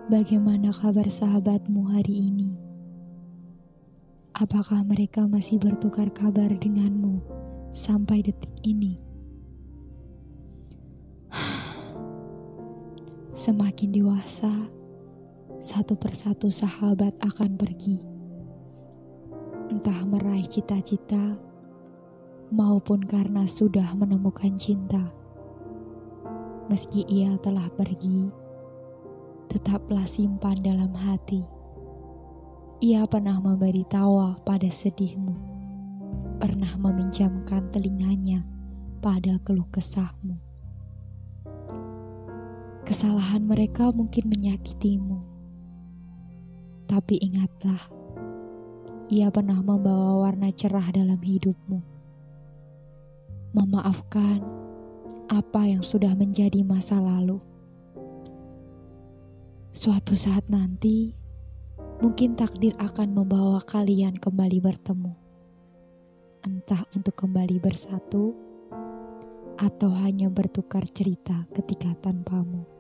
Bagaimana kabar sahabatmu hari ini? Apakah mereka masih bertukar kabar denganmu sampai detik ini? Semakin dewasa, satu persatu sahabat akan pergi. Entah meraih cita-cita, maupun karena sudah menemukan cinta. Meski ia telah pergi, tetaplah simpan dalam hati. Ia pernah memberi tawa pada sedihmu, pernah meminjamkan telinganya pada keluh kesahmu. Kesalahan mereka mungkin menyakitimu, tapi ingatlah, ia pernah membawa warna cerah dalam hidupmu. Memaafkan apa yang sudah menjadi masa lalu. Suatu saat nanti, mungkin takdir akan membawa kalian kembali bertemu. Entah untuk kembali bersatu, atau hanya bertukar cerita ketika tanpamu.